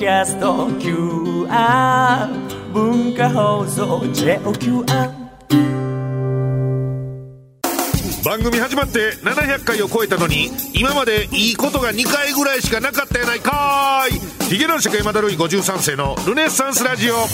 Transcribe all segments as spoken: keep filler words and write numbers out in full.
キャスト キューアール 文化放送 ジェイキューアール。 番組始まってななひゃっかいを超えたのに今までいいことがにかいぐらいしかなかったやないかーい。ヒゲ男爵山田るいごじゅうさん世のルネッサンスラジオ。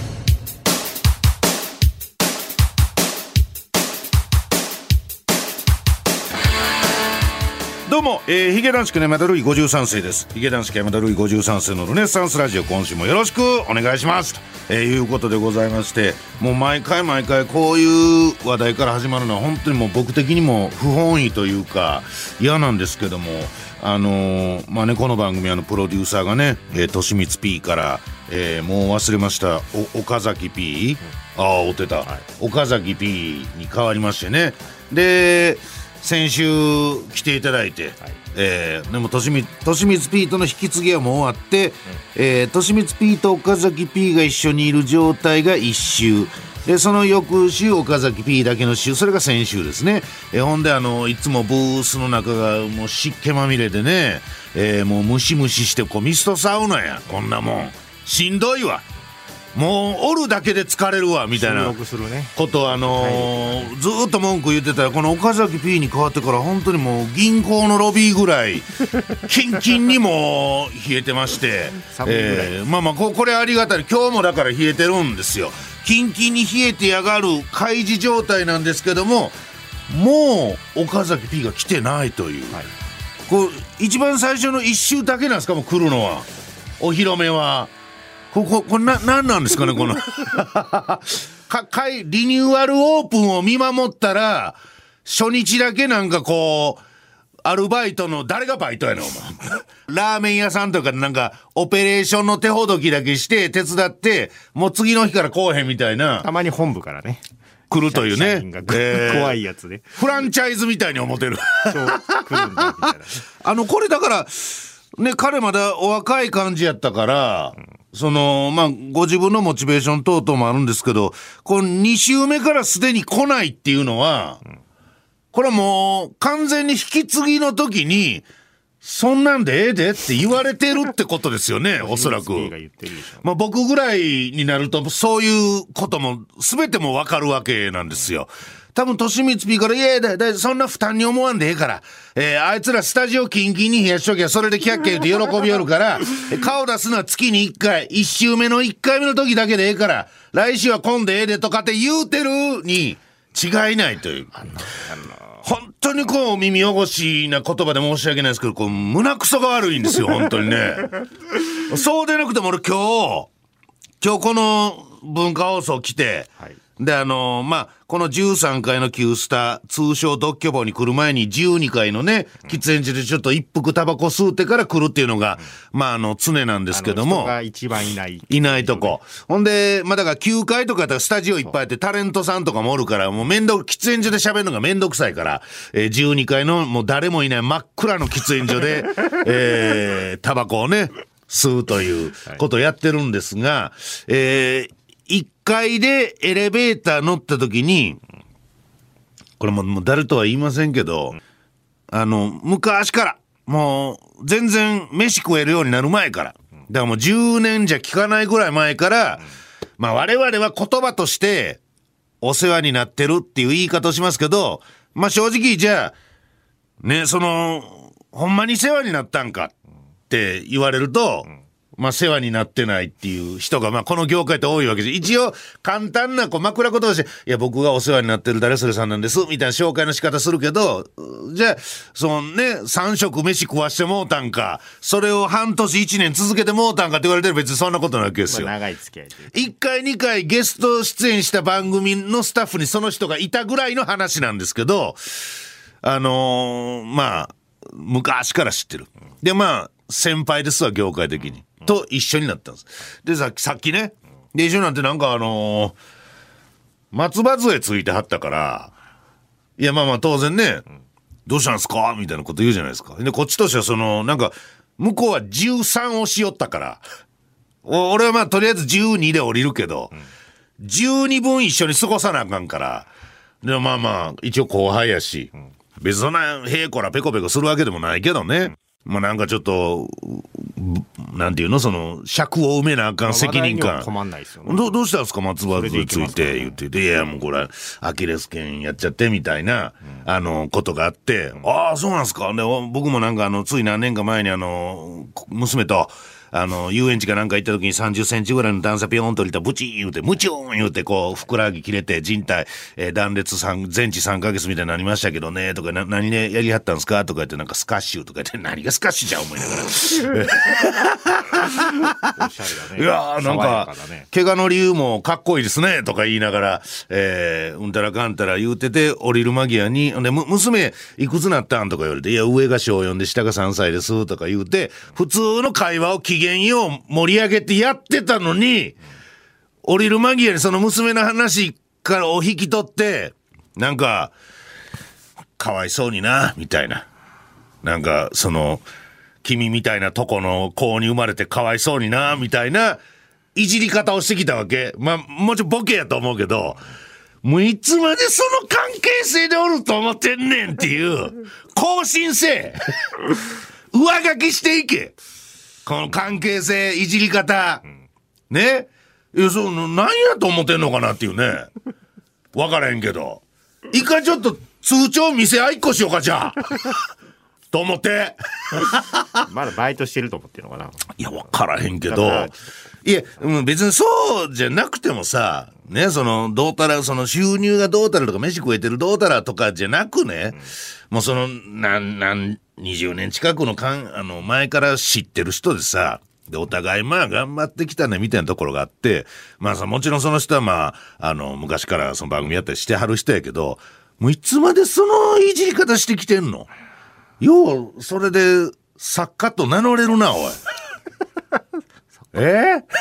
どうも、えー、ヒゲ男爵山田るいごじゅうさん世です。ヒゲ男爵山田るいごじゅうさん世のルネッサンスラジオ、今週もよろしくお願いしますと、えー、いうことでございまして、もう毎回毎回こういう話題から始まるのは本当にもう僕的にも不本意というか嫌なんですけども、あのー、まあね、この番組あのプロデューサーがね、えー、としみつ P から、えー、もう忘れましたお岡崎 P、うん、ああ追ってた、はい、岡崎 P に変わりましてね。で先週来ていただいて、はい、えー、でもとしみつ P との引き継ぎはもう終わって、うん、えー、としみつ P と岡崎 P が一緒にいる状態がいっ週で、その翌週岡崎 P だけの週、それが先週ですね。えー、ほんであのいつもブースの中がもう湿気まみれでね、えー、もうムシムシしてこうミストサウナや、こんなもんしんどいわ、もうおるだけで疲れるわみたいなことを、あのー、ずーっと文句言ってたら、この岡崎 P に変わってから本当にもう銀行のロビーぐらいキンキンにも冷えてましてえー、まあまあ こ, これありがたい。今日もだから冷えてるんですよ。キンキンに冷えてやがる開示状態なんですけども、もう岡崎 P が来てないという、はい、こう一番最初のいっ週だけなんですか、もう来るのは。お披露目はこここれな何なんですかねこのかかいリニューアルオープンを見守ったら初日だけなんかこうアルバイトの誰がバイトやねんお前ラーメン屋さんとかなんかオペレーションの手ほどきだけして手伝ってもう次の日から来おへんみたいな、 たまに本部からね来るというね、 えー、怖いやつでフランチャイズみたいに思ってるそう来るんだみたいなあのこれだからね、彼まだお若い感じやったから、うん、そのまあご自分のモチベーション等々もあるんですけど、このに週目からすでに来ないっていうのは、うん、これはもう完全に引き継ぎの時にそんなんでええでって言われてるってことですよねおそらく。まあ僕ぐらいになるとそういうことも全ても分かるわけなんですよ。多分としみつ P からいやだだそんな負担に思わんでええから、えー、あいつらスタジオキンキンに冷やしときゃそれでキャッキャ言うて喜びよるから顔出すのは月にいっかい、いっ週目のいっかいめの時だけでええから来週は混んでええでとかって言うてるに違いないという、あのあの本当にこう耳汚しな言葉で申し訳ないですけど、こう胸くそが悪いんですよ本当にねそうでなくても俺今日今日この文化放送来て、はい、であのー、まあこのじゅうさんかいのキュースター通称独居房に来る前にじゅうにかいのね喫煙所でちょっと一服タバコ吸うてから来るっていうのが、うん、まああの常なんですけども、 人が一番いないいないとこ、ほんでまあだからきゅうかいとかやったらスタジオいっぱいあってタレントさんとかもおるからもう面倒、喫煙所で喋るのがめんどくさいから、えー、じゅうにかいのもう誰もいない真っ暗の喫煙所でえー、タバコをね吸うということをやってるんですが、はい、えーいっかいでエレベーター乗った時に、これももう誰とは言いませんけど、あの昔からもう全然飯食えるようになる前から、だからもうじゅうねんじゃ聞かないぐらい前から、まあ我々は言葉としてお世話になってるっていう言い方をしますけど、まあ正直じゃあね、そのほんまに世話になったんかって言われると、まあ世話になってないっていう人がまあこの業界って多いわけです。一応簡単なこう枕言葉として、いや僕がお世話になってる誰それさんなんですみたいな紹介の仕方するけど、じゃあそのねさん食飯食わしてもうたんか、それを半年いちねん続けてもうたんかって言われてる、別にそんなことなわけですよ。 まあ、長い付き合いでいっかいにかいゲスト出演した番組のスタッフにその人がいたぐらいの話なんですけど、あのー、まあ昔から知ってる。でまあ先輩ですわ業界的に。と一緒になったんです。でさ、さっきねで一緒になってなんかあのー、松葉杖ついてはったから、いやまあまあ当然ね、うん、どうしたんですかみたいなこと言うじゃないですか。でこっちとしてはそのなんか向こうはじゅうさんをしよったから、俺はまあとりあえずじゅうにで降りるけど、うん、じゅうにぶん一緒に過ごさなあかんから、でまあまあ一応後輩やし、うん、別にそんなへいこらペコペコするわけでもないけどね、うん、まあなんかちょっとなんていうのその尺を埋めなあかん責任感。 困んないですよね。 ど, どうしたんですか松葉杖ついてね、 言ってて、いやもうこれアキレス腱やっちゃってみたいな、うん、あのことがあって、うん、ああそうなんですか。で僕もなんかあのつい何年か前にあの娘とあの遊園地かなんか行った時にさんじゅっセンチぐらいの段差ピヨンと降りたブチーン言うてムチューン言うてこうふくらはぎ切れて人体、えー、断裂全治さんかげつみたいになりましたけどねとかな何でやりはったんですかとか言ってなんかスカッシュとか言って何がスカッシュじゃ思いながらおしゃれだね。 いやーなんか、ね、怪我の理由もかっこいいですねとか言いながら、えー、うんたらかんたら言うてて降りる間際にで娘いくつなったんとか言われていや上が小よんで下がさんさいですとか言うて普通の会話を機嫌よう盛り上げてやってたのに降りる間際にその娘の話からを引き取ってなんかかわいそうになみたいななんかその君みたいなとこの子に生まれてかわいそうになみたいないじり方をしてきたわけ。まあもちろんボケやと思うけどもういつまでその関係性でおると思ってんねんっていう更新性上書きしていけこの関係性いじり方、うん、ねいやそう何やと思ってんのかなっていうね分からへんけど一回ちょっと通帳見せ合いっこしようかじゃあと思ってまだバイトしてると思ってるのかな。 いや分からへんけどいや、うん、別にそうじゃなくてもさねそのどうたらその収入がどうたらとか飯食えてるどうたらとかじゃなくね、うん、もうそのなんなんにじゅうねん近くのかんあの前から知ってる人でさでお互いまあ頑張ってきたねみたいなところがあってまあさもちろんその人はまああの昔からその番組やったりしてはる人やけどもういつまでそのいじり方してきてんのようそれで作家と名乗れるなおいえー、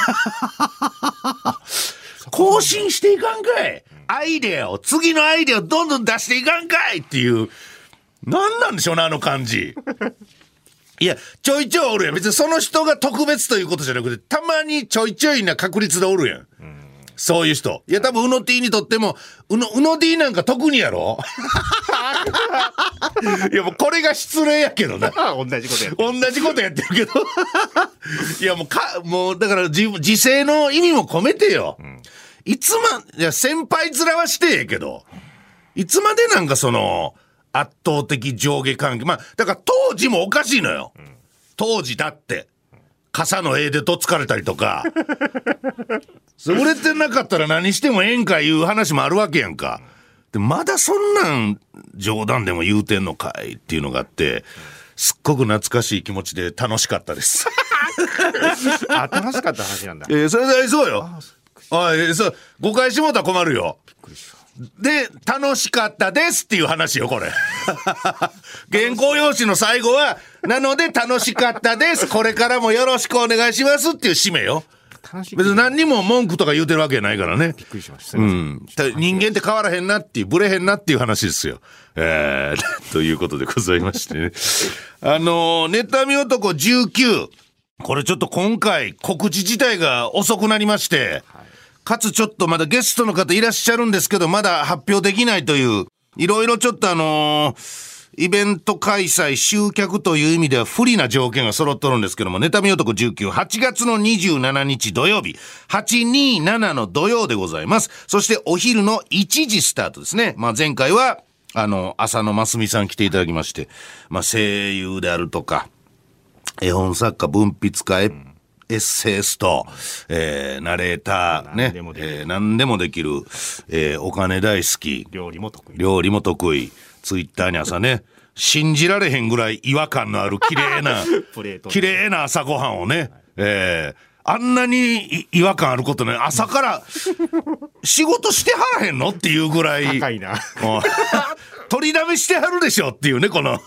更新していかんかいアイデアを次のアイデアをどんどん出していかんかいっていう何なんでしょうねあの感じいやちょいちょいおるやん別にその人が特別ということじゃなくてたまにちょいちょいな確率でおるやん、うん、そういう人いや多分うの T にとってもうの, うの D なんか特にやろいやもうこれが失礼やけどな同じことやってる同じことやってるけどいやもうかもうだから自自制の意味も込めてよ、うん、いつまいや先輩面はしてえけどいつまでなんかその圧倒的上下関係まあだから当時もおかしいのよ、うん、当時だって傘の絵でとっつかれたりとか売れてなかったら何してもええんかいう話もあるわけやんかでまだそんなん冗談でも言うてんのかいっていうのがあってすっごく懐かしい気持ちで楽しかったですあ楽しかった話なんだえー、それでそうよあ、えー、そう誤解してもらったら困るよびっくりしたで楽しかったですっていう話よこれ原稿用紙の最後はなので楽しかったですこれからもよろしくお願いしますっていう締めよ別に何にも文句とか言うてるわけないからねびっくりしました、うん、人間って変わらへんなっていうブレへんなっていう話ですよ、えー、ということでございましてねあのー、妬み男じゅうきゅうこれちょっと今回告知自体が遅くなりまして、はいかつちょっとまだゲストの方いらっしゃるんですけどまだ発表できないといういろいろちょっとあのー、イベント開催集客という意味では不利な条件が揃っとるんですけども妬み男じゅうきゅう はちがつのにじゅうしちにち土曜日はちにーななの土曜でございます。そしてお昼のいちじスタートですね。まあ前回はあの浅野真澄さん来ていただきましてまあ声優であるとか絵本作家文筆家うんエッセイスト、えー、ナレーターね、何で,、えー、何でもできる、えー、お金大好き、 料理も得意、 料理も得意、ツイッターに朝ね、信じられへんぐらい違和感のある綺麗な綺麗な朝ごはんをね、はいえー、あんなに違和感あることね、朝から仕事してはらへんのっていうぐらい高いな。 取りだめしてはるでしょっていうねこの、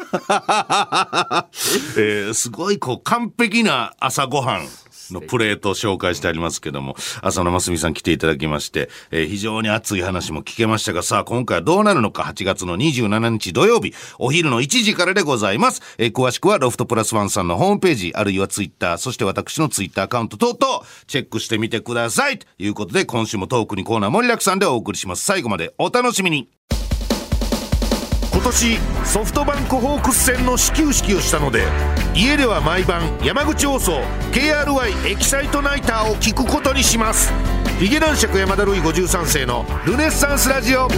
えー、すごいこう完璧な朝ごはんのプレートを紹介してありますけども浅野真澄さん来ていただきまして、えー、非常に熱い話も聞けましたがさあ今回はどうなるのかはちがつのにじゅうしちにち土曜日お昼のいちじからでございます、えー、詳しくはロフトプラスワンさんのホームページあるいはツイッターそして私のツイッターアカウント等々チェックしてみてくださいということで今週もトークにコーナー盛りだくさんでお送りします。最後までお楽しみに。 今年ソフトバンクホークス戦の始球式をしたので、家では毎晩山口放送 ケーアールワイ エキサイトナイターを聞くことにします。ヒゲ男爵山田ルイごじゅうさん世のルネッサンスラジオ。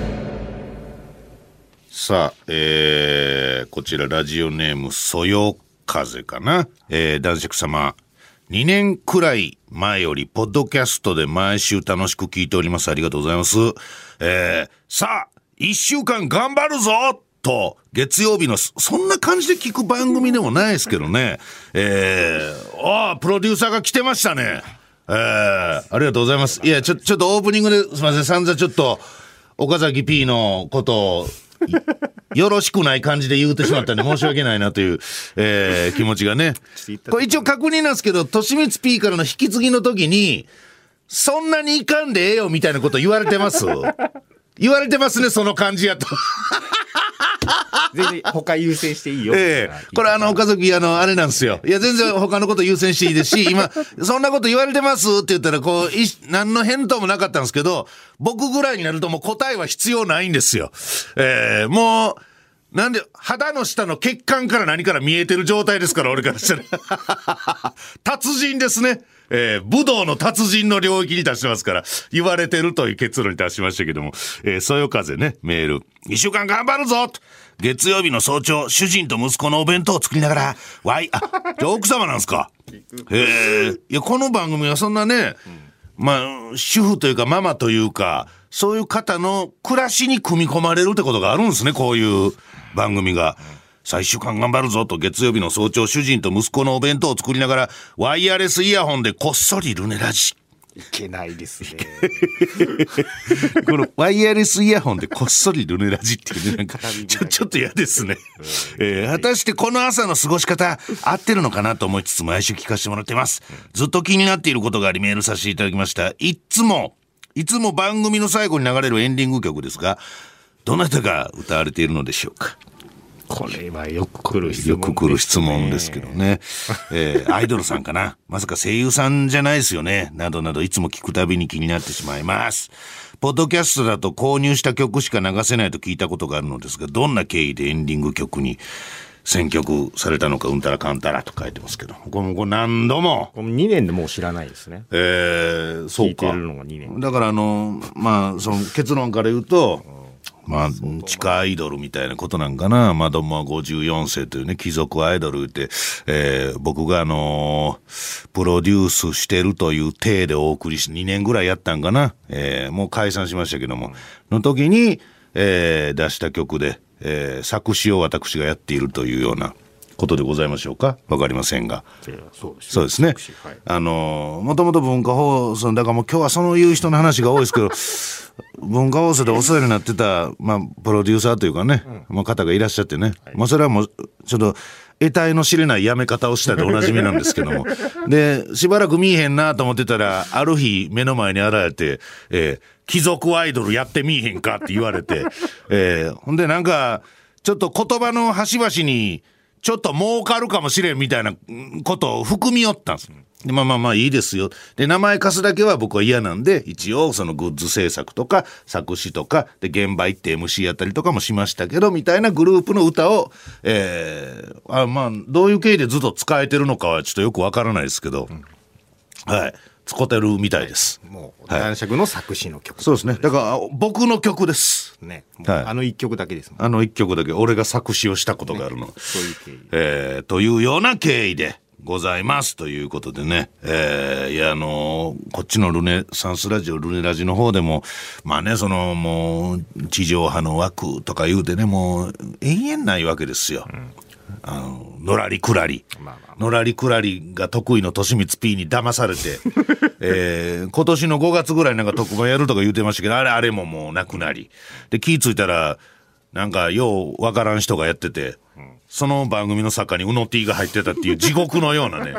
さあ、えー、こちらラジオネームそよ風かな、えー、男爵様、にねんくらい前よりポッドキャストで毎週楽しく聞いております。ありがとうございます。えー、さあいっしゅうかん頑張るぞと月曜日のそんな感じで聞く番組でもないですけどね。えー、ああプロデューサーが来てましたね。えー、ありがとうございます。いやちょちょっとオープニングですみません、散々ちょっと岡崎 P のことをよろしくない感じで言うてしまったんで申し訳ないなという、えー、気持ちがね。これ一応確認なんですけど、としみつ P からの引き継ぎの時にそんなにいかんでええよみたいなこと言われてます言われてますね、その感じやと全然他優先していいよ。 ええ、これあの岡崎あのあれなんですよ。いや全然他のこと優先していいですし、今そんなこと言われてますって言ったらこうい何の返答もなかったんですけど、僕ぐらいになるともう答えは必要ないんですよ。ええ、もうなんで肌の下の血管から何から見えてる状態ですから、俺からしたら達人ですね。えー、武道の達人の領域に達してますから言われてるという結論に達しましたけども、えー、そよ風ね、メールいっしゅうかん頑張るぞと、月曜日の早朝主人と息子のお弁当を作りながらわいあじゃあ奥様なんですか。えー、いやこの番組はそんなね、まあ主婦というかママというかそういう方の暮らしに組み込まれるってことがあるんですね、こういう番組が。さあいっしゅうかん頑張るぞと月曜日の早朝主人と息子のお弁当を作りながらワイヤレスイヤホンでこっそりルネラジ。 いけないですねこのワイヤレスイヤホンでこっそりルネラジっていうね、なんかちょ、ちょっと嫌ですね、えー、果たしてこの朝の過ごし方合ってるのかなと思いつつ毎週聞かせてもらってます。ずっと気になっていることがありメールさせていただきました。いつもいつも番組の最後に流れるエンディング曲ですが、どなたが歌われているのでしょうか。 これはよく来る質問、 ね、よく来る質問ですけどね、えー、アイドルさんかな、まさか声優さんじゃないですよね、などなどいつも聞くたびに気になってしまいます。ポッドキャストだと購入した曲しか流せないと聞いたことがあるのですが、どんな経緯でエンディング曲に選曲されたのか、うんたらかんたらと書いてますけど、これこれ何度もこのにねんでもう知らないですね。 えー、そうか、聞いてるのがにねんだからあのまあその結論から言うと、まあ、地下アイドルみたいなことなんかな。まあ、どうもごじゅうよん世というね、貴族アイドルって、えー、僕があのー、プロデュースしてるという体でお送りし、にねんぐらいやったんかな。えー、もう解散しましたけども、の時に、えー、出した曲で、えー、作詞を私がやっているというようなことでございましょうか。わかりませんが。 そうです、 そうですね。はい、あのー、もともと文化放送、だからもう今日はそういう人の話が多いですけど、文化放送でお世話になってた、まあ、プロデューサーというかね、うん、まあ、方がいらっしゃってね、はい、まあ、それはもうちょっと得体の知れないやめ方をしたでおなじみなんですけどもでしばらく見えへんなと思ってたら、ある日目の前に現れて、えー、貴族アイドルやってみえへんかって言われて、えー、ほんでなんかちょっと言葉の端々にちょっと儲かるかもしれんみたいなことを含み寄ったんです。でまあまあまあいいですよ。で名前貸すだけは僕は嫌なんで、一応そのグッズ制作とか作詞とかで現場行って エムシー やったりとかもしましたけどみたいなグループの歌を、えー、あまあどういう経緯でずっと使えてるのかはちょっとよくわからないですけど、うん、はい、使ってるみたいです。 もう男爵の作詞の曲、 はい、そうですね。だから僕の曲ですね。はい、あの一曲だけですもん。 あの一曲だけ俺が作詞をしたことがあるの、ね、 そういう経緯、 えー、というような経緯でございますということでね、えー、いやあのー、こっちのルネサンスラジオルネラジの方でもまあね、そのもう地上波の枠とか言うてね、もう永遠ないわけですよ、うん、あののらりくらり、まあまあまあ、のらりくらりが得意のとしみつ P に騙されて、えー、今年のごがつぐらいなんか特番やるとか言うてましたけど、あれあれももうなくなりで、気ぃついたらなんかようわからん人がやってて、うん、その番組の中にウノティが入ってたっていう地獄のようなね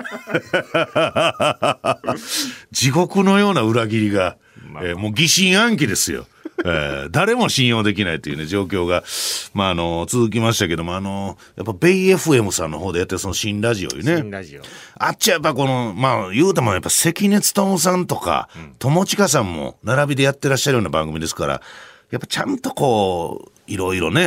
地獄のような裏切りが、まあえー、もう疑心暗鬼ですよ、えー、誰も信用できないというね状況が、まあ、あの続きましたけども、あのやっぱベイ エフエム さんの方でやってるその新ラジオよね。 新ラジオあっちはやっぱこのまあ言うてもやっぱ関根勤さんとか、うん、友近さんも並びでやってらっしゃるような番組ですから、やっぱちゃんとこういろいろね、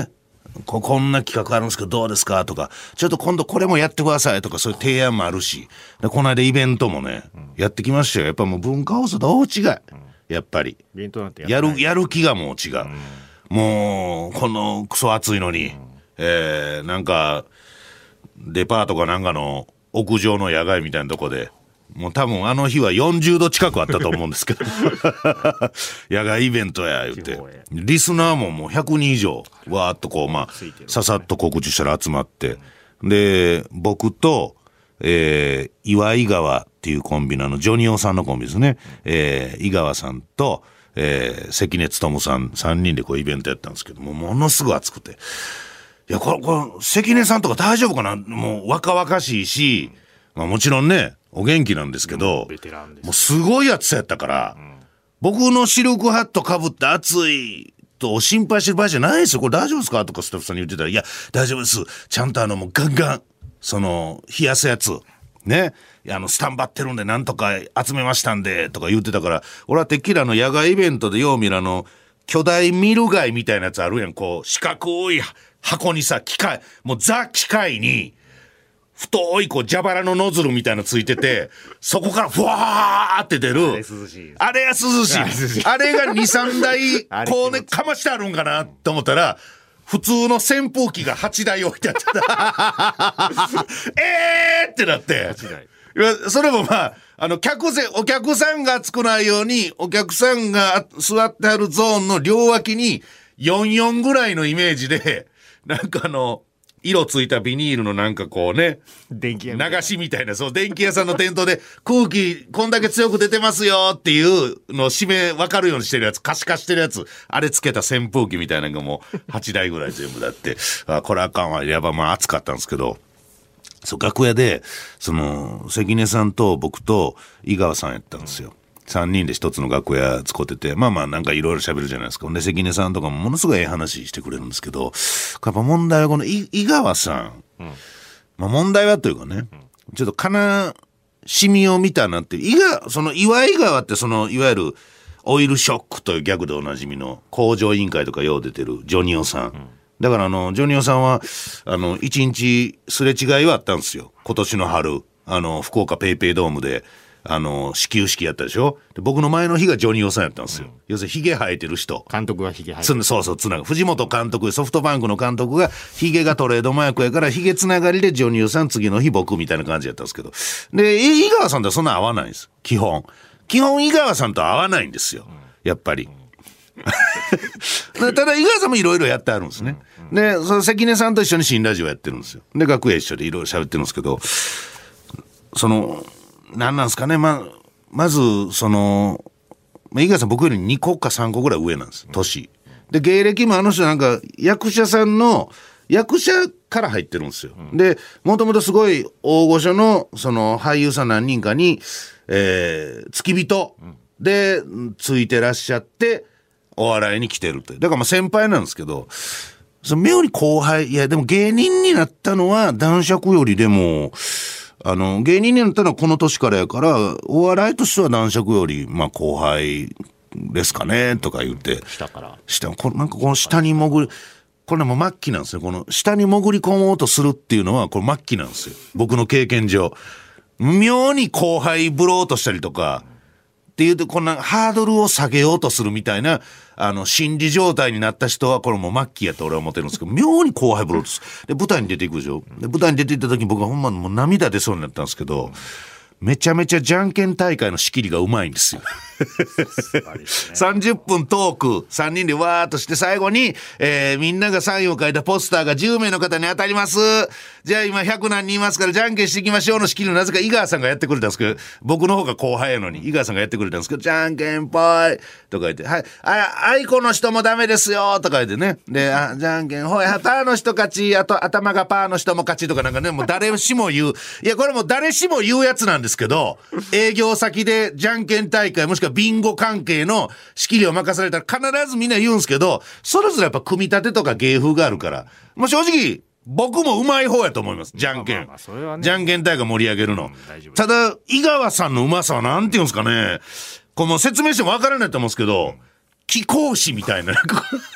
ここんな企画あるんですけどどうですかとか、ちょっと今度これもやってくださいとか、そういう提案もあるし、でこの間イベントもね、うん、やってきましたよ。やっぱもう文化放送と大違い、うん、やっぱりイベントなんて や, やるやる気がもう違う、うん、もうこのクソ暑いのに、うん、えー、なんかデパートかなんかの屋上の野外みたいなとこで、もう多分あの日はよんじゅうど近くあったと思うんですけど野外イベントや言ってリスナーももうひゃくにん以上わーっとこうまあささっと告知したら集まって、で僕と、えー、岩井川っていうコンビのあのジョニオさんのコンビですね、えー、井川さんと、えー、関根勤さんさんにんでこうイベントやったんですけども、ものすごい熱くて、いやこれこれ関根さんとか大丈夫かな、もう若々しいし、まあ、もちろんねお元気なんですけど、うん、ベテランです。もうすごい暑さやったから、うん、僕のシルクハットかぶって暑いと心配してる場合じゃないですよ、これ大丈夫ですかとかスタッフさんに言ってたら、いや大丈夫です、ちゃんとあのもうガンガンその冷やすやつね、あのスタンバってるんでなんとか集めましたんでとか言ってたから、俺はてっきりあの野外イベントでよう見るあの巨大ミル貝みたいなやつあるやん、こう四角い箱にさ、機械もうザ機械に太いこう蛇腹のノズルみたいなのついてて、そこからふわーって出る、あれ涼しい、あれが涼しい、あれがにさんだいこうねかましてあるんかなと思ったら、普通の扇風機がはちだい置いてあったえーってなって、それもまああの客せお客さんが少ないように、お客さんが座ってあるゾーンの両脇によんじゅうよんぐらいのイメージで、なんかあの色ついたビニールのなんかこうね、電気屋流しみたいな、そう電気屋さんの店頭で空気こんだけ強く出てますよっていうのを締め分かるようにしてるやつ、可視化してるやつ、あれつけた扇風機みたいなのがもうはちだいぐらい全部だってあこれあかんわ、やば、まあ暑かったんですけど、そう楽屋でその関根さんと僕と井川さんやったんですよ、さんにんで一つの楽屋使ってて、まあまあなんかいろいろ喋るじゃないですか。で関根さんとかもものすごいええ話してくれるんですけど、やっぱ問題はこの井川さん、うん、まあ問題はというかね、うん、ちょっと悲しみを見たなって、井川その岩井川ってそのいわゆるオイルショックというギャグでおなじみの工場委員会とかよう出てるジョニオさん、うん、だからあのジョニオさんはあの一日すれ違いはあったんですよ。今年の春あの福岡ペイペイドームであの始球式やったでしょ。で僕の前の日がジョニオさんやったんですよ、うん、要するにヒゲ生えてる人、監督がヒゲ生えてる、そうそうつなが藤本監督、ソフトバンクの監督がヒゲがトレードマークやからヒゲつながりでジョニオさん次の日僕みたいな感じやったんですけど、で井川さんとはそんな合わないんです。基本基本井川さんと合わないんですよ、うん、やっぱり、うん、ただ井川さんもいろいろやってあるんですね、うんうん、でその関根さんと一緒に新ラジオやってるんですよ。で楽屋一緒でいろいろ喋ってるんですけど、その何なんですかね、まあまずその井川さん僕よりにこかさんこぐらい上なんです、年で。芸歴もあの人なんか役者さんの役者から入ってるんですよ、うん、でもともとすごい大御所のその俳優さん何人かに、えー、付き人でついてらっしゃってお笑いに来てるって、だからまあ先輩なんですけど、その妙に後輩、いやでも芸人になったのは男爵よりでもあの芸人になったのはこの年からやから、お笑いとしては男爵よりまあ後輩ですかねとか言って、下から下こなんかこの下に潜り、これも末期なんですよ。この下に潜り込もうとするっていうのはこれ末期なんですよ、僕の経験上。妙に後輩ぶろうとしたりとかっていうと、こんなハードルを下げようとするみたいなあの心理状態になった人はこれも末期やと俺は思ってるんですけど、妙に後輩ぶろうとする。で舞台に出ていくでしょ。で舞台に出ていった時に僕はほんまもう涙出そうになったんですけど、めちゃめちゃじゃんけん大会の仕切りがうまいんですよさんじゅっぷんトークさんにんでわーっとして、最後に、えー、みんながサインを書いたポスターがじゅうめいの方に当たります。じゃあ今ひゃくなんにんいますからじゃんけんしていきましょうの仕切りをなぜか井川さんがやってくれたんですけど、僕の方が後輩やのに井川さんがやってくれたんですけど、じゃんけんぽいとか言って、はい、あ、あいこの人もダメですよとか言ってね、で、あ、じゃんけんほい、パーの人勝ち、あと頭がパーの人も勝ちとかなんかね、もう誰しも言う、いやこれもう誰しも言うやつなんですけど、営業先でじゃんけん大会もしくはビンゴ関係の仕切りを任されたら必ずみんな言うんですけど、それぞれやっぱ組み立てとか芸風があるから、まあ、正直僕もうまい方やと思います。じゃんけん、まあまあそれはね、じゃんけん大会盛り上げるの、うん、ただ井川さんのうまさはなんていうんですかね、この説明しても分からないと思うんですけど、貴公子みたいな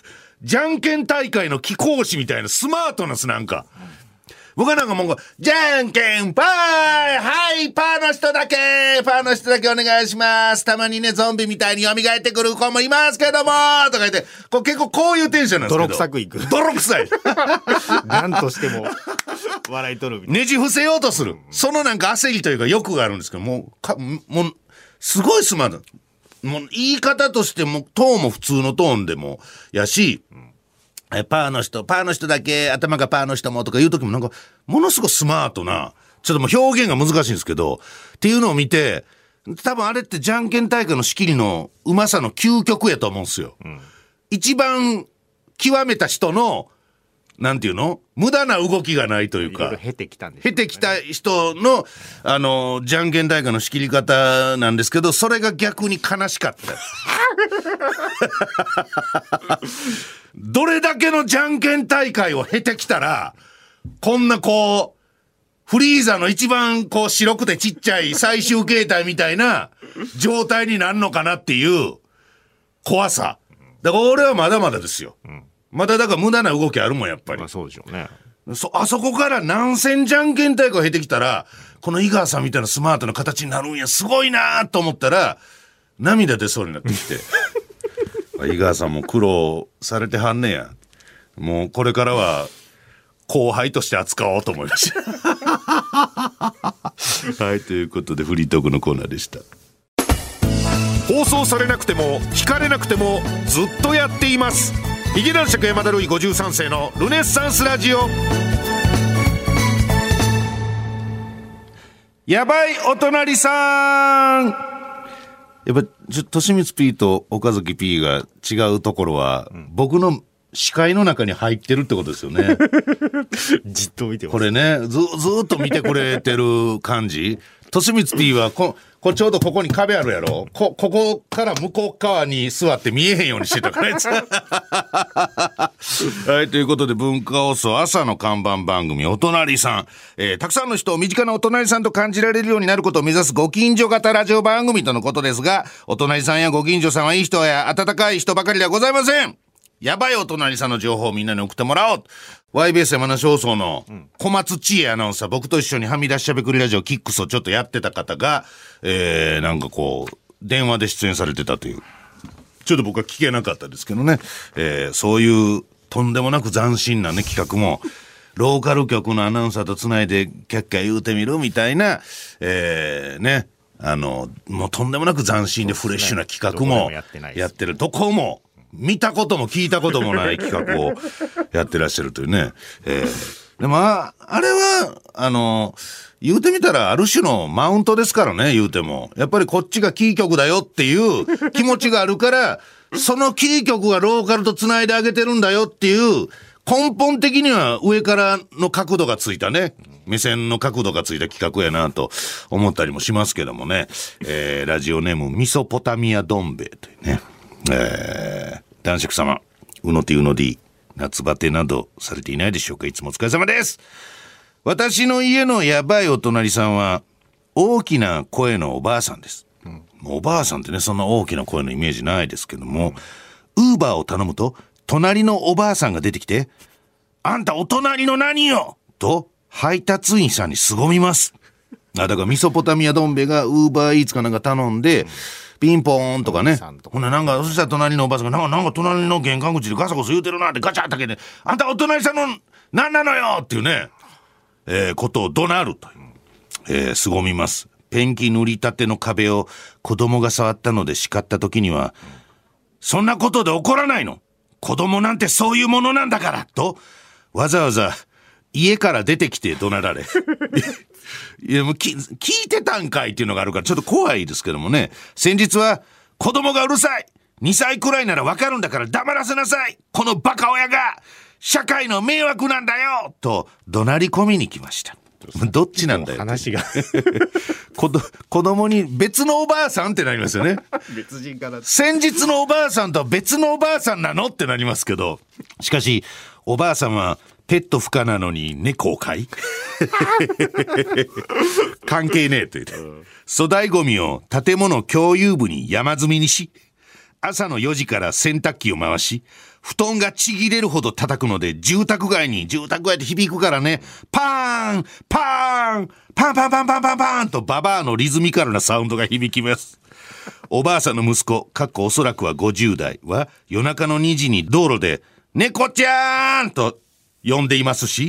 じゃんけん大会の貴公子みたいなスマートなすなんか。僕はなんかもう、じゃんけんパーはい、パーの人だけパーの人だけお願いします。たまにね、ゾンビみたいに蘇ってくる子もいますけどもとか言って、こう結構こういうテンションなんですけど。 泥臭くいく。 泥臭い。 なんとしても、笑い取るみたいな。 ねじ伏せようとする。そのなんか焦りというか欲があるんですけど、もう、かもう、すごいスマート。もう言い方としても、トーンも普通のトーンでも、やし、うんパーの人、パーの人だけ、頭がパーの人もとか言うときもなんか、ものすごいスマートな、ちょっともう表現が難しいんですけど、っていうのを見て、多分あれってじゃんけん大会の仕切りのうまさの究極やと思うんですよ。うん、一番極めた人の、なんていうの無駄な動きがないというか、 いろいろ経てきたんです、ね、 経てきた人の、あの、じゃんけん大会の仕切り方なんですけど、それが逆に悲しかった。どれだけのじゃんけん大会を経てきたら、こんなこう、フリーザの一番こう白くてちっちゃい最終形態みたいな状態になるのかなっていう怖さ。だから俺はまだまだですよ。うん、まだだから無駄な動きあるもんやっぱり。 まあ、そうでしょうね。 そ、あそこから何戦じゃんけん大会を経てきたら、この井川さんみたいなスマートな形になるんや、すごいなと思ったら、涙出そうになってきて。井川さんも苦労されてはんねや。もうこれからは後輩として扱おうと思いました。はい、ということでフリートークのコーナーでした。放送されなくても聞かれなくてもずっとやっています。ヒゲ男爵山田るいごじゅうさん世のルネッサンスラジオ。やばいお隣さん。やっぱとしみつ P と岡崎 P が違うところは、うん、僕の視界の中に入ってるってことですよね。 じっと見てます。 これね、ずずーっと見てくれてる感じ。としみつ P はここれちょうどここに壁あるやろ。こここから向こう側に座って見えへんようにしてたからはい、ということで文化放送朝の看板番組お隣さん、えー、たくさんの人を身近なお隣さんと感じられるようになることを目指すご近所型ラジオ番組とのことですが、お隣さんやご近所さんはいい人や温かい人ばかりではございません。やばいお隣さんの情報をみんなに送ってもらおう。ワイビーエス 山梨放送の小松千恵アナウンサー、僕と一緒にはみ出ししゃべくりラジオキックスをちょっとやってた方が、えー、なんかこう電話で出演されてたという、ちょっと僕は聞けなかったですけどね、えー、そういうとんでもなく斬新なね企画もローカル局のアナウンサーとつないでキャッキャ言うてみるみたいな、えー、ね、あのもうとんでもなく斬新でフレッシュな企画もやってる。どこも見たことも聞いたこともない企画をやってらっしゃるというね。えー、でもあ、あれは、あの、言うてみたらある種のマウントですからね、言うても。やっぱりこっちがキー局だよっていう気持ちがあるから、そのキー局がローカルと繋いであげてるんだよっていう、根本的には上からの角度がついたね、目線の角度がついた企画やなと思ったりもしますけどもね。えー、ラジオネームミソポタミアどん兵衛というね。えー、男爵様、うの T うの D、夏バテなどされていないでしょうか。いつもお疲れ様です。私の家のやばいお隣さんは大きな声のおばあさんです、うん、おばあさんってね、そんな大きな声のイメージないですけども、ウーバーを頼むと隣のおばあさんが出てきて、あんたお隣の何よと配達員さんに凄みます。あ、だからミソポタミアどん兵衛がウーバーイーツかなんか頼んで、うん、ピンポーンとかね。ほんななんか、そしたら隣のおばあさんが、なんか、なんか隣の玄関口でガサゴソ言うてるなってガチャッと開けて、あんたお隣さんの何なのよっていうね、えー、ことを怒鳴るという。えー、凄みます。ペンキ塗りたての壁を子供が触ったので叱った時には、そんなことで怒らないの。子供なんてそういうものなんだから、と、わざわざ家から出てきて怒鳴られ。いやもうき聞いてたんかいっていうのがあるからちょっと怖いですけどもね。先日は子供がうるさい、にさいくらいならわかるんだから黙らせなさい、このバカ親が社会の迷惑なんだよと怒鳴り込みに来ました。どっちなんだよ話が子供に別のおばあさんってなりますよね。 別人かな。 先日のおばあさんとは別のおばあさんなのってなりますけど、しかしおばあさんはペット不可なのに猫を飼い関係ねえと言って、粗大ゴミを建物共有部に山積みにし、 朝のよじから洗濯機を回し、布団がちぎれるほど叩くので、住宅街に、住宅街って響くからね、パーンパーンパンパンパンパンパンパンとババアのリズミカルなサウンドが響きます。おばあさんの息子、かっこおそらくはごじゅう代は、夜中のにじに道路で、猫ちゃーんと呼んでいますし、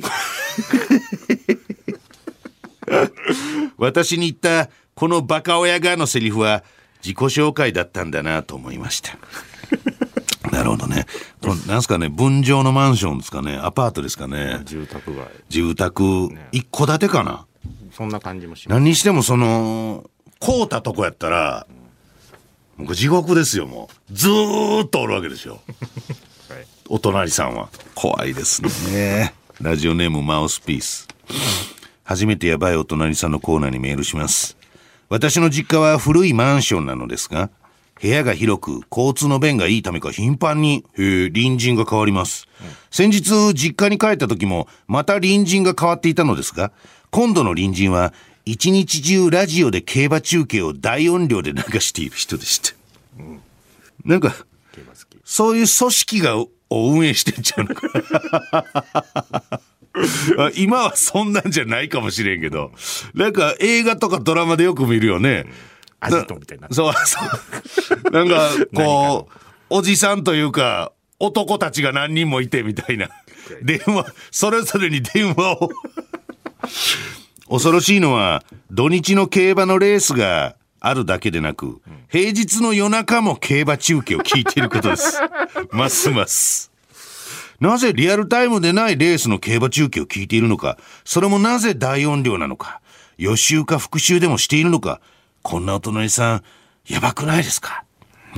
私に言ったこのバカ親がのセリフは自己紹介だったんだなと思いました。なるほどね。このなんすかね、分譲のマンションですかね、アパートですかね。 住宅街。 住宅、ね、一戸建てかな。 そんな感じもします。 何にしてもその買うたとこやったら、もう地獄ですよ。もうずーっとおるわけですよ。はい、お隣さんは怖いですね。ラジオネームマウスピース。初めてやばいお隣さんのコーナーにメールします。私の実家は古いマンションなのですが、部屋が広く交通の便がいいためか頻繁にへ隣人が変わります、うん、先日実家に帰った時もまた隣人が変わっていたのですが、今度の隣人は一日中ラジオで競馬中継を大音量で流している人でした、うん、なんかそういう組織がを運営してんちゃうのか今はそんなんじゃないかもしれんけど、なんか映画とかドラマでよく見るよね、 アジトみたいな。 そうそう。なんかこうおじさんというか男たちが何人もいてみたいな電話、それぞれに電話を恐ろしいのは土日の競馬のレースがあるだけでなく、平日の夜中も競馬中継を聞いていることです。ますますなぜリアルタイムでないレースの競馬中継を聞いているのか、それもなぜ大音量なのか、予習か復習でもしているのか、こんなお隣さんやばくないですか。うん、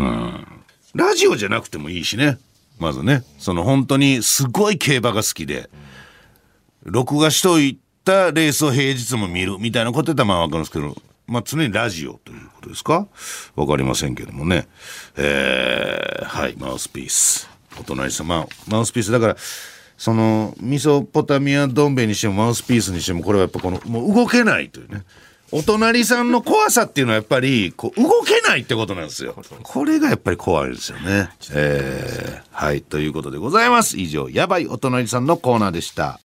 ラジオじゃなくてもいいしね。まずね、その本当にすごい競馬が好きで録画しといたレースを平日も見るみたいなことやったらまあ分かるんですけど、まあ常にラジオということですか、分かりませんけどもね。えー、はい、マウスピースお隣さん、まあ、マウスピースだから、そのミソポタミアどん兵衛にしてもマウスピースにしても、これはやっぱこのもう動けないというね、お隣さんの怖さっていうのはやっぱりこう動けないってことなんですよ。これがやっぱり怖いですよね。えー、はいということでございます。以上、やばいお隣さんのコーナーでした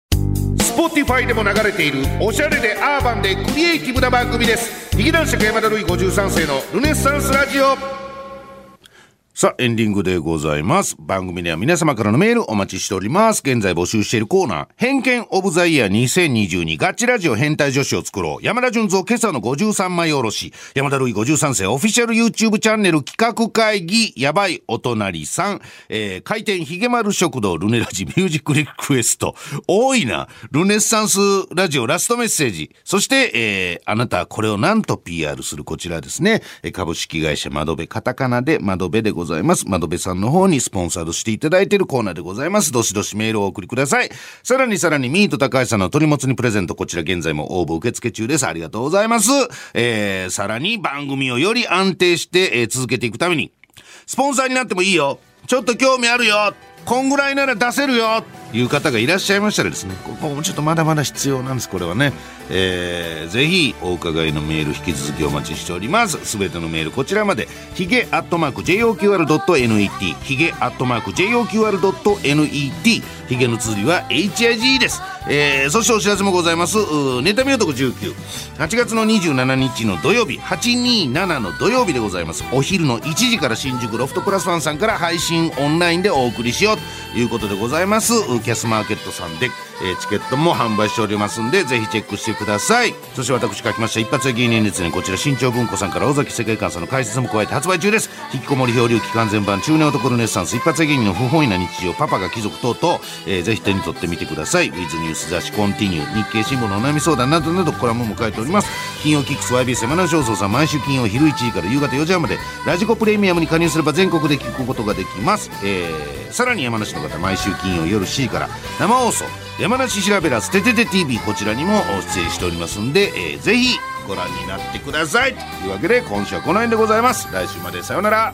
。Spotify でも流れているおしゃれでアーバンでクリエイティブな番組です。劇団四季山田るいごじゅうさん世のルネッサンスラジオ。さあエンディングでございます。番組では皆様からのメールお待ちしております。現在募集しているコーナー、偏見オブザイヤーにせんにじゅうにガチラジオ変態女子を作ろう、山田純三今朝のごじゅうさんまいおろし、山田るいごじゅうさん世オフィシャル YouTube チャンネル企画会議、やばいお隣さん、えー、開店ひげ丸食堂ルネラジミュージックリクエスト、多いな、ルネッサンスラジオラストメッセージ、そして、えー、あなたはこれを何と ピーアール するこちらですね、株式会社窓辺、カタカナで窓辺でございます。窓辺さんの方にスポンサードしていただいているコーナーでございます。どしどしメールをお送りください。さらにさらにミート高橋さんの鶏もつ煮プレゼント、こちら現在も応募受付中です。ありがとうございます。えー、さらに番組をより安定して、えー、続けていくためにスポンサーになってもいいよ、ちょっと興味あるよ、こんぐらいなら出せるよいう方がいらっしゃいましたらですね、ここもちょっとまだまだ必要なんです。これはね、えー、ぜひお伺いのメール引き続きお待ちしております。すべてのメールこちらまで、ヒゲアットマーク ジェイオーキューアールドットネット ヒゲアットマーク ジェイオーキューアールドットネット、ヒゲの綴りは エイチアイジー です。えー、そしてお知らせもございます。ネタミ男じゅうきゅう、はちがつのにじゅうしちにちの土曜日、はちにーななの土曜日でございます。お昼のいちじから新宿ロフトプラスワンさんから配信オンラインでお送りしようということでございます。キャスマーケットさんで、えー、チケットも販売しておりますんで、ぜひチェックしてください。そして私書きました一発屋芸人列伝、こちら新潮文庫さんから尾崎世界観さんの解説も加えて発売中です。引きこもり漂流期間全般、中年男ルネッサンス、一発屋芸人の不本意な日常、パパが貴族等々、えー、ぜひ手に取ってみてください。ウィズニュース雑誌コンティニュー、日経新聞のお悩み相談などなどコラムも書いております。金曜キックス ワイビーエス 山梨放送さん、毎週金曜昼いちじから夕方よじはんまでラジコプレミアムに加入すれば全国で聞くことができます。えー、さらに山梨の方、毎週金曜夜しちじから生放送山梨調べらすててて ティービー、 こちらにも出演しておりますんで、えー、ぜひご覧になってください。というわけで今週はこの辺でございます。来週までさようなら。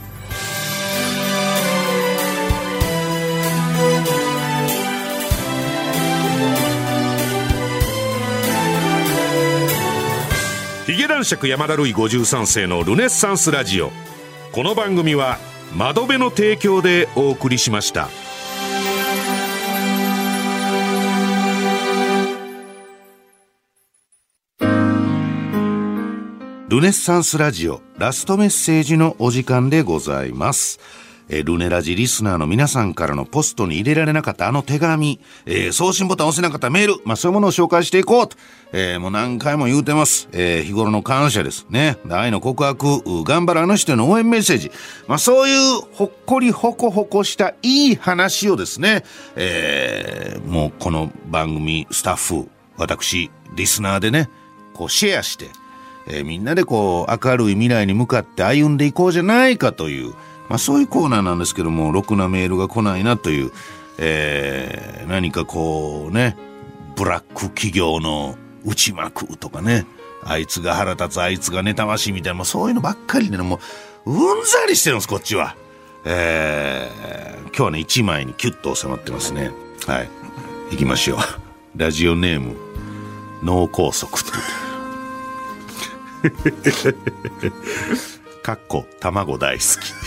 ヒゲ男爵山田るいごじゅうさん世のルネッサンスラジオ。この番組は窓辺の提供でお送りしました。ルネッサンスラジオラストメッセージのお時間でございます。えー、ルネラジリスナーの皆さんからのポストに入れられなかったあの手紙、えー、送信ボタン押せなかったメール、まあそういうものを紹介していこうと、えー、もう何回も言うてます。えー、日頃の感謝ですね。愛の告白、頑張るあの人への応援メッセージ、まあそういうほっこりほこほこしたいい話をですね、えー、もうこの番組スタッフ、私リスナーでね、こうシェアして、えー、みんなでこう明るい未来に向かって歩んでいこうじゃないかという、まあそういうコーナーなんですけども、ろくなメールが来ないなという、えー、何かこうね、ブラック企業の内幕とかね、あいつが腹立つ、あいつが妬ましいみたいな、もうそういうのばっかりで、ね、もううんざりしてるんですこっちは。えー、今日はねいちまいにキュッと収まってますね。はい、行きましょう。ラジオネーム脳梗塞とかっこ卵大好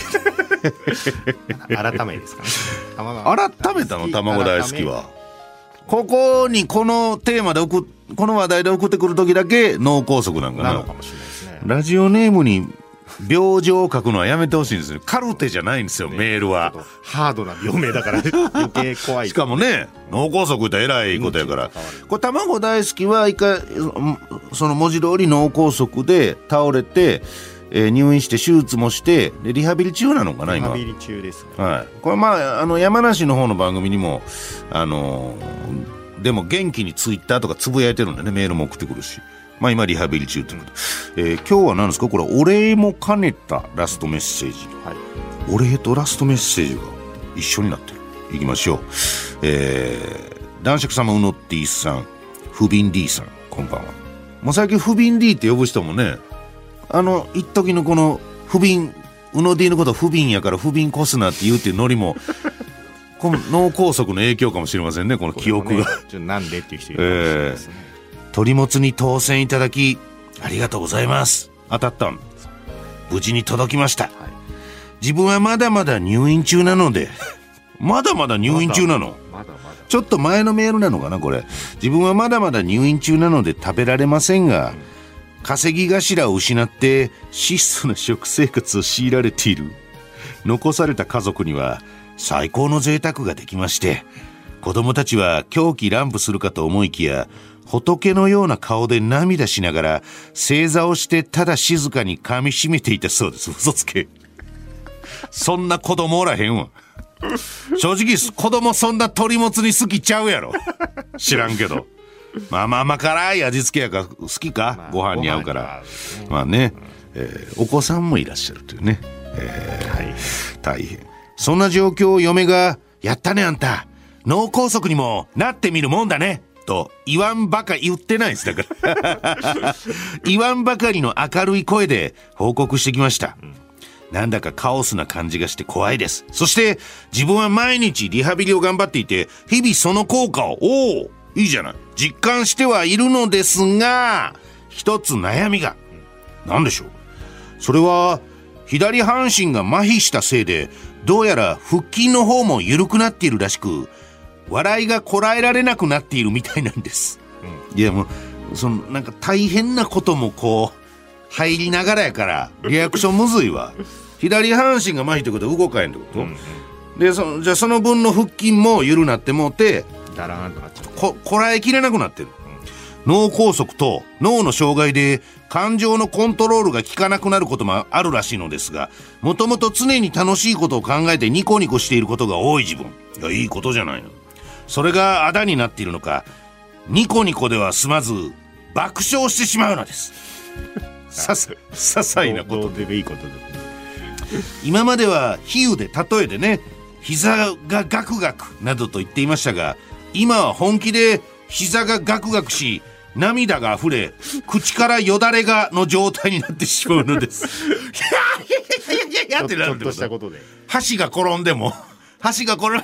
き。 改めですかね。 改めたの卵大好きは。ここにこのテーマで送この話題で送ってくる時だけ脳梗塞なんかな。 なのかもしれないですね。 ラジオネームに病状を書くのはやめてほしいんですよ。カルテじゃないんですよ、ね、メールは。 ハードな病名だから余計怖い。 しかもね、脳梗塞って偉いことやから。これ卵大好きは一回その文字通り脳梗塞で倒れて、えー、入院して手術もしてでリハビリ中なのかな今。 リハビリ中ですね。 はい。これまああの山梨の方の番組にもあのー、でも元気にツイッターとかつぶやいてるんでね、メールも送ってくるし。まあ今リハビリ中ということ、えー、今日は何ですかこれ、お礼も兼ねたラストメッセージ、はい、お礼とラストメッセージが一緒になってる。いきましょう。えー、男爵様うのっ T さん、不憫 D さん、こんばんは。もう最近不憫 D って呼ぶ人もね、あの一時のこの不憫うの D のこと不憫やから不憫こすなって言うっていうノリもこの脳梗塞の影響かもしれませんね、この記憶が、ね、 ちょなんでっていう人いるかもしれないですね。えー鳥もつに当選いただきありがとうございます。当たったん無事に届きました、はい、自分はまだまだ入院中なのでまだまだ入院中なのまだまだちょっと前のメールなのかなこれ。自分はまだまだ入院中なので食べられませんが、うん、稼ぎ頭を失って質素な食生活を強いられている残された家族には最高の贅沢ができまして、子供たちは狂気乱舞するかと思いきや仏のような顔で涙しながら正座をしてただ静かに噛み締めていたそうです。嘘つけ。そんな子供おらへんわ。正直子供そんな鳥もつに好きちゃうやろ。知らんけど、まあまあ甘辛い味付けやから好きか、まあ、ご飯に合うから、まあね、えー、お子さんもいらっしゃるというね、えーはい、大変。そんな状況を嫁がやったねあんた脳梗塞にもなってみるもんだねと言わんばかり言ってないです。だから言わんばかりの明るい声で報告してきました、うん、なんだかカオスな感じがして怖いです。そして自分は毎日リハビリを頑張っていて日々その効果をおおいいじゃない実感してはいるのですが、一つ悩みが、うん、何でしょう。それは左半身が麻痺したせいでどうやら腹筋の方も緩くなっているらしく笑いがこらえられなくなっているみたいなんです、うん、いやもうそのなんか大変なこともこう入りながらやからリアクションむずいわ。左半身が麻痺ってことは動かへんってこと、うんうん、でそのじゃあその分の腹筋も緩なってもうてだらーんとなっちゃうこ, こらえきれなくなってる、うん、脳梗塞と脳の障害で感情のコントロールが効かなくなることもあるらしいのですが、もともと常に楽しいことを考えてニコニコしていることが多い自分。いやいいことじゃないの。それがあだになっているのかニコニコでは済まず爆笑してしまうのです。ささ些細なことでいいことで今までは比喩で例えでね膝がガクガクなどと言っていましたが、今は本気で膝がガクガクし涙があふれ口からよだれがの状態になってしまうのです。いやいやいやいやってなるってこと。ちょっとしたことで箸が転んでも箸が転んで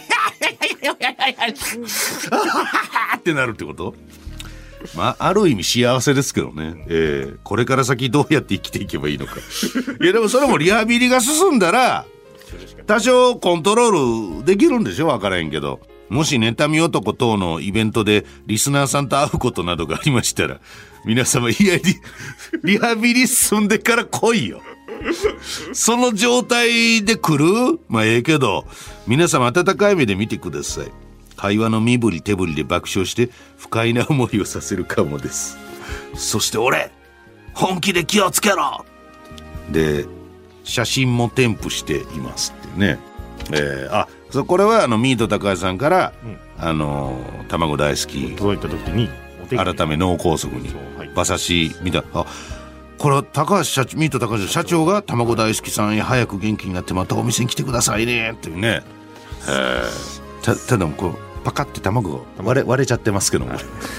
ってなるってこと。まあある意味幸せですけどね、えー、これから先どうやって生きていけばいいのか。いやでもそれもリハビリが進んだら多少コントロールできるんでしょ、分からへんけど。もし妬み男等のイベントでリスナーさんと会うことなどがありましたら、皆様いやリリハビリ済んでから来いよ。その状態で来る？まあええけど、皆様温かい目で見てください。会話の身振り手振りで爆笑して不快な思いをさせるかもです。そして俺本気で気をつけろで写真も添付していますってね。えー、あそこれはあのミート高橋さんから、うん、あの卵大好き届いた時に改め脳梗塞に馬刺しみたいな、あこれは高橋社長ミート高橋社長が卵大好きさんへ早く元気になってまたお店に来てくださいねっていうね。えー、た, ただこうパカって卵が割 れ, 割れちゃってますけども、はい、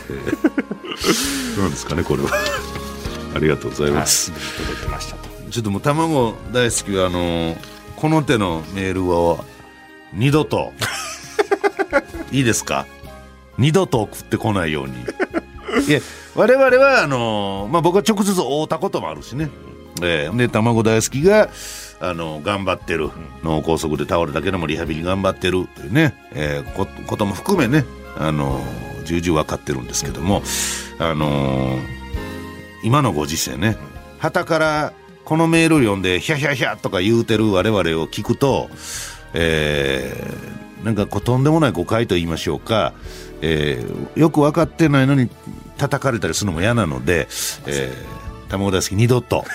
なんですかねこれは。ありがとうございます、はい、 届いてましたと。 ちょっともう卵大好きはあのー、この手のメールは二度といいですか、二度と送ってこないように。いや我々はあのーまあ、僕は直接会うたこともあるしね、えー、で卵大好きがあの頑張ってる、脳梗塞で倒れたけどもリハビリ頑張ってるというね、えー、こ, ことも含めね、あのー、重々分かってるんですけども、あのー、今のご時世ね、傍からこのメールを読んでヒャヒャヒャとか言うてる我々を聞くと、えー、なんかこうとんでもない誤解と言いましょうか、えー、よく分かってないのに叩かれたりするのも嫌なので、えー、卵大好き二度と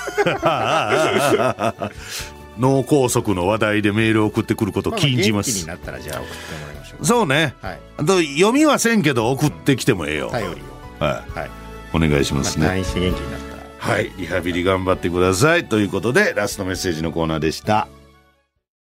脳梗塞の話題でメールを送ってくることを禁じます。 元気になったらじゃあ送ってもらいましょう。 そうね、はい、あと読みはせんけど送ってきてもええよ、 頼りを、 はいはい、お願いしますね。 まあ、内心元気になったら、 はい、リハビリ頑張ってくださいということでラストメッセージのコーナーでした。